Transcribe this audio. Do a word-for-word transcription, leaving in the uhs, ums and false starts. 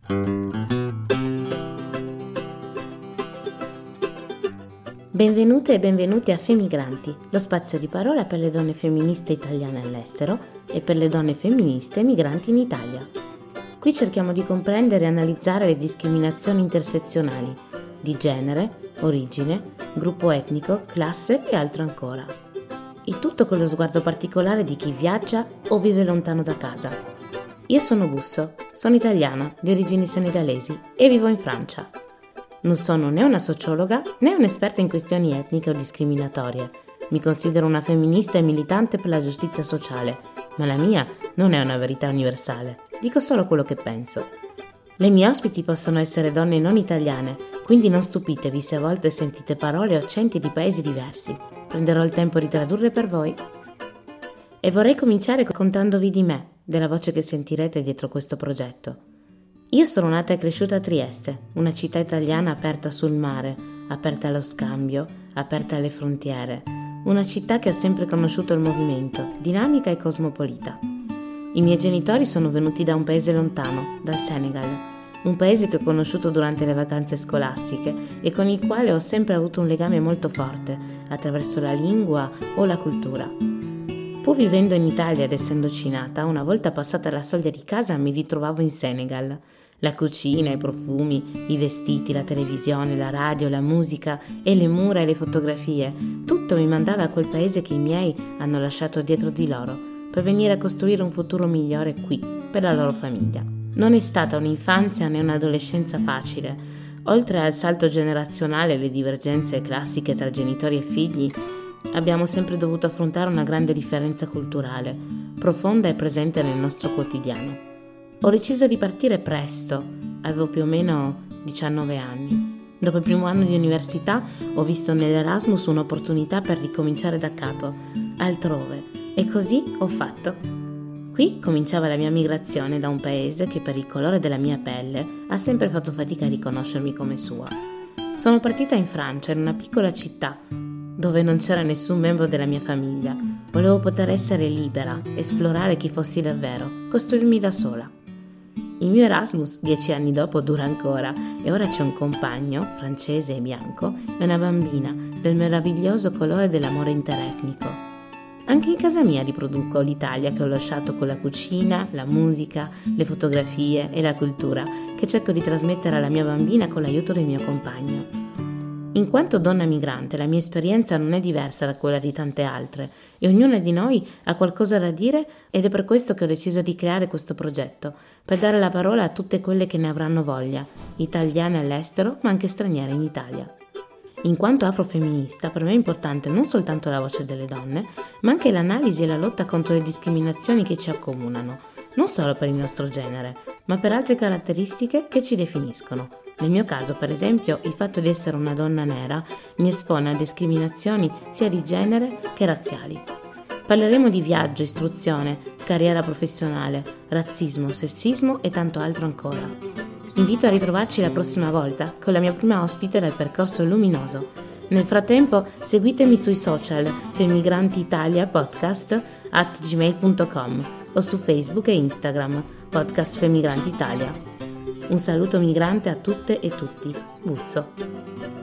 Benvenute e benvenuti a Femigranti, lo spazio di parola per le donne femministe italiane all'estero e per le donne femministe migranti in Italia. Qui cerchiamo di comprendere e analizzare le discriminazioni intersezionali di genere, origine, gruppo etnico, classe e altro ancora. Il tutto con lo sguardo particolare di chi viaggia o vive lontano da casa. Io sono Busso, sono italiana, di origini senegalesi e vivo in Francia. Non sono né una sociologa né un'esperta in questioni etniche o discriminatorie. Mi considero una femminista e militante per la giustizia sociale, ma la mia non è una verità universale. Dico solo quello che penso. Le mie ospiti possono essere donne non italiane, quindi non stupitevi se a volte sentite parole o accenti di paesi diversi. Prenderò il tempo di tradurre per voi. E vorrei cominciare contandovi di me, della voce che sentirete dietro questo progetto. Io sono nata e cresciuta a Trieste, una città italiana aperta sul mare, aperta allo scambio, aperta alle frontiere, una città che ha sempre conosciuto il movimento, dinamica e cosmopolita. I miei genitori sono venuti da un paese lontano, dal Senegal, un paese che ho conosciuto durante le vacanze scolastiche e con il quale ho sempre avuto un legame molto forte, attraverso la lingua o la cultura. Pur vivendo in Italia ed essendoci nata, una volta passata la soglia di casa mi ritrovavo in Senegal. La cucina, i profumi, i vestiti, la televisione, la radio, la musica e le mura e le fotografie, tutto mi mandava a quel paese che i miei hanno lasciato dietro di loro, per venire a costruire un futuro migliore qui, per la loro famiglia. Non è stata un'infanzia né un'adolescenza facile. Oltre al salto generazionale e le divergenze classiche tra genitori e figli, abbiamo sempre dovuto affrontare una grande differenza culturale, profonda e presente nel nostro quotidiano. Ho deciso di partire presto, avevo più o meno diciannove anni. Dopo il primo anno di università ho visto nell'Erasmus un'opportunità per ricominciare da capo, altrove, e così ho fatto. Qui cominciava la mia migrazione da un paese che per il colore della mia pelle ha sempre fatto fatica a riconoscermi come sua. Sono partita in Francia, in una piccola città, dove non c'era nessun membro della mia famiglia. Volevo poter essere libera, esplorare chi fossi davvero, costruirmi da sola. Il mio Erasmus, dieci anni dopo, dura ancora e ora c'è un compagno, francese e bianco, e una bambina, del meraviglioso colore dell'amore interetnico. Anche in casa mia riproduco l'Italia che ho lasciato con la cucina, la musica, le fotografie e la cultura che cerco di trasmettere alla mia bambina con l'aiuto del mio compagno. In quanto donna migrante, la mia esperienza non è diversa da quella di tante altre e ognuna di noi ha qualcosa da dire ed è per questo che ho deciso di creare questo progetto, per dare la parola a tutte quelle che ne avranno voglia, italiane all'estero ma anche straniere in Italia. In quanto afrofemminista, per me è importante non soltanto la voce delle donne, ma anche l'analisi e la lotta contro le discriminazioni che ci accomunano, non solo per il nostro genere, ma per altre caratteristiche che ci definiscono. Nel mio caso, per esempio, il fatto di essere una donna nera mi espone a discriminazioni sia di genere che razziali. Parleremo di viaggio, istruzione, carriera professionale, razzismo, sessismo e tanto altro ancora. Invito a ritrovarci la prossima volta con la mia prima ospite dal percorso luminoso. Nel frattempo seguitemi sui social Femigranti Italia Podcast at gmail punto com o su Facebook e Instagram Podcast Femigranti Italia. Un saluto migrante a tutte e tutti. Busso.